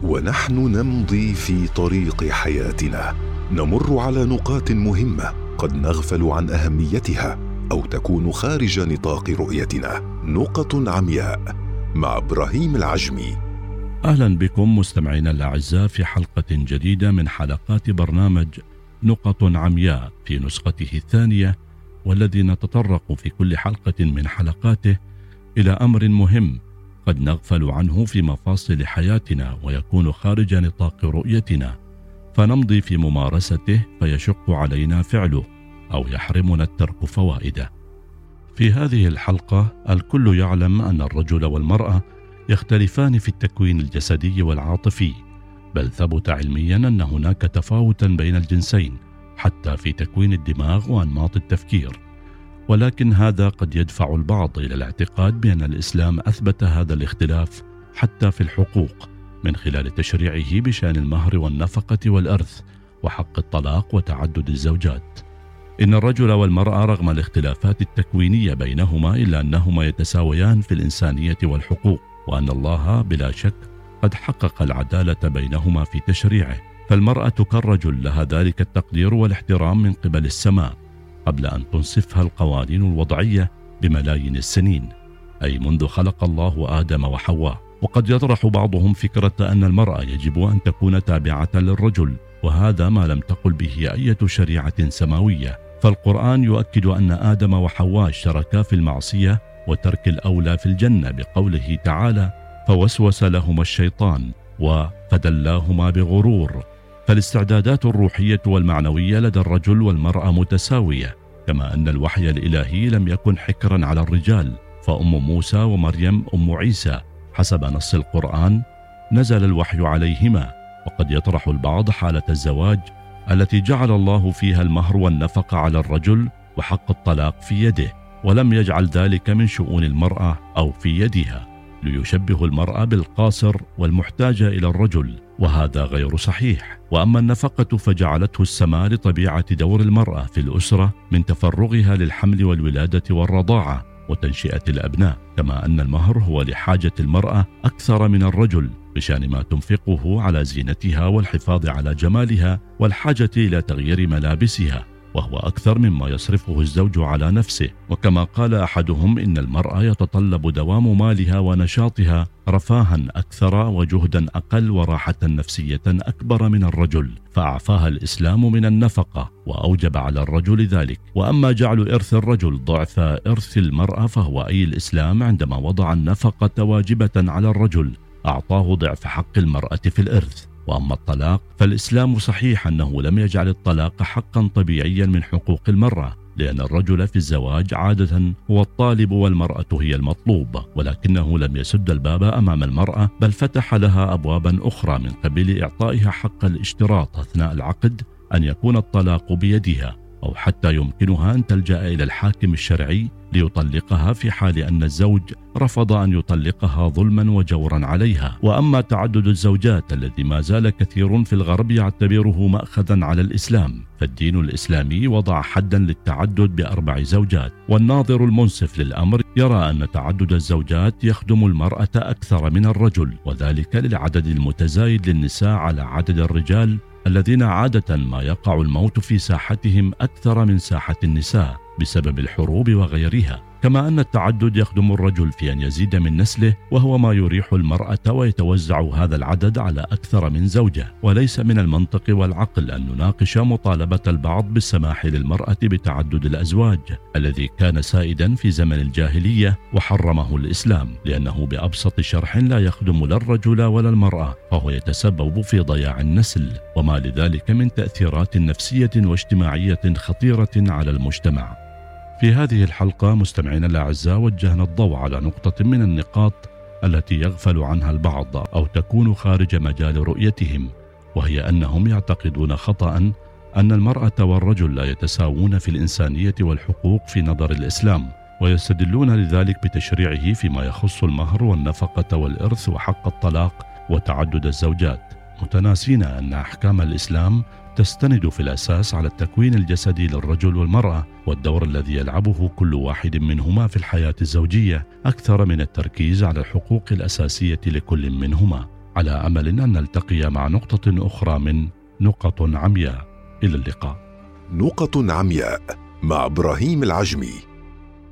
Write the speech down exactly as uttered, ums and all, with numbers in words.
ونحن نمضي في طريق حياتنا نمر على نقاط مهمة قد نغفل عن أهميتها أو تكون خارج نطاق رؤيتنا. نقط عمياء مع إبراهيم العجمي. أهلا بكم مستمعينا الأعزاء في حلقة جديدة من حلقات برنامج نقط عمياء في نسخته الثانية، والذي نتطرق في كل حلقة من حلقاته إلى أمر مهم قد نغفل عنه في مفاصل حياتنا ويكون خارج نطاق رؤيتنا، فنمضي في ممارسته فيشق علينا فعله أو يحرمنا الترك فوائده. في هذه الحلقة الكل يعلم أن الرجل والمرأة يختلفان في التكوين الجسدي والعاطفي، بل ثبت علميا أن هناك تفاوتا بين الجنسين حتى في تكوين الدماغ وأنماط التفكير، ولكن هذا قد يدفع البعض إلى الاعتقاد بأن الإسلام أثبت هذا الاختلاف حتى في الحقوق من خلال تشريعه بشأن المهر والنفقة والإرث وحق الطلاق وتعدد الزوجات. إن الرجل والمرأة رغم الاختلافات التكوينية بينهما إلا أنهما يتساويان في الإنسانية والحقوق، وأن الله بلا شك قد حقق العدالة بينهما في تشريعه، فالمرأة كالرجل لها ذلك التقدير والاحترام من قبل السماء قبل أن تنصفها القوانين الوضعية بملايين السنين، أي منذ خلق الله آدم وحواء. وقد يطرح بعضهم فكرة أن المرأة يجب أن تكون تابعة للرجل، وهذا ما لم تقل به أي شريعة سماوية، فالقرآن يؤكد أن آدم وحواء اشتركا في المعصية وترك الأولى في الجنة بقوله تعالى: فوسوس لهما الشيطان وفدلاهما بغرور. فالاستعدادات الروحية والمعنوية لدى الرجل والمرأة متساوية، كما أن الوحي الإلهي لم يكن حكرا على الرجال، فأم موسى ومريم أم عيسى حسب نص القرآن نزل الوحي عليهما. وقد يطرح البعض حالة الزواج التي جعل الله فيها المهر والنفقة على الرجل وحق الطلاق في يده، ولم يجعل ذلك من شؤون المرأة أو في يدها، ليشبه المرأة بالقاصر والمحتاجة إلى الرجل، وهذا غير صحيح. وأما النفقة فجعلته السماء لطبيعة دور المرأة في الأسرة من تفرغها للحمل والولادة والرضاعة وتنشئة الأبناء، كما أن المهر هو لحاجة المرأة أكثر من الرجل بشأن ما تنفقه على زينتها والحفاظ على جمالها والحاجة إلى تغيير ملابسها، وهو أكثر مما يصرفه الزوج على نفسه. وكما قال أحدهم: إن المرأة يتطلب دوام مالها ونشاطها رفاها أكثر وجهدا أقل وراحة نفسية أكبر من الرجل، فأعفاها الإسلام من النفقة وأوجب على الرجل ذلك. وأما جعل إرث الرجل ضعف إرث المرأة فهو أي الإسلام عندما وضع النفقة واجبة على الرجل أعطاه ضعف حق المرأة في الإرث. وأما الطلاق فالإسلام صحيح أنه لم يجعل الطلاق حقا طبيعيا من حقوق المرأة، لأن الرجل في الزواج عادة هو الطالب والمرأة هي المطلوب، ولكنه لم يسد الباب أمام المرأة، بل فتح لها أبوابا أخرى من قبل إعطائها حق الاشتراط أثناء العقد أن يكون الطلاق بيدها، أو حتى يمكنها أن تلجأ إلى الحاكم الشرعي ليطلقها في حال أن الزوج رفض أن يطلقها ظلما وجورا عليها. وأما تعدد الزوجات الذي ما زال كثير في الغرب يعتبره مأخذا على الإسلام، فالدين الإسلامي وضع حدا للتعدد بأربع زوجات، والناظر المنصف للأمر يرى أن تعدد الزوجات يخدم المرأة أكثر من الرجل، وذلك للعدد المتزايد للنساء على عدد الرجال الذين عادة ما يقع الموت في ساحتهم أكثر من ساحة النساء بسبب الحروب وغيرها. كما أن التعدد يخدم الرجل في أن يزيد من نسله، وهو ما يريح المرأة، ويتوزع هذا العدد على أكثر من زوجة. وليس من المنطق والعقل أن نناقش مطالبة البعض بالسماح للمرأة بتعدد الأزواج الذي كان سائدا في زمن الجاهلية وحرمه الإسلام، لأنه بأبسط شرح لا يخدم لا الرجل ولا المرأة، فهو يتسبب في ضياع النسل، وما لذلك من تأثيرات نفسية واجتماعية خطيرة على المجتمع. في هذه الحلقة مستمعينا الأعزاء وجهنا الضوء على نقطة من النقاط التي يغفل عنها البعض أو تكون خارج مجال رؤيتهم، وهي أنهم يعتقدون خطأ أن المرأة والرجل لا يتساوون في الإنسانية والحقوق في نظر الإسلام، ويستدلون لذلك بتشريعه فيما يخص المهر والنفقة والإرث وحق الطلاق وتعدد الزوجات، متناسين أن أحكام الإسلام تستند في الأساس على التكوين الجسدي للرجل والمرأة والدور الذي يلعبه كل واحد منهما في الحياة الزوجية، أكثر من التركيز على الحقوق الأساسية لكل منهما. على أمل أن نلتقي مع نقطة أخرى من نقط عمياء. إلى اللقاء. نقط عمياء مع إبراهيم العجمي.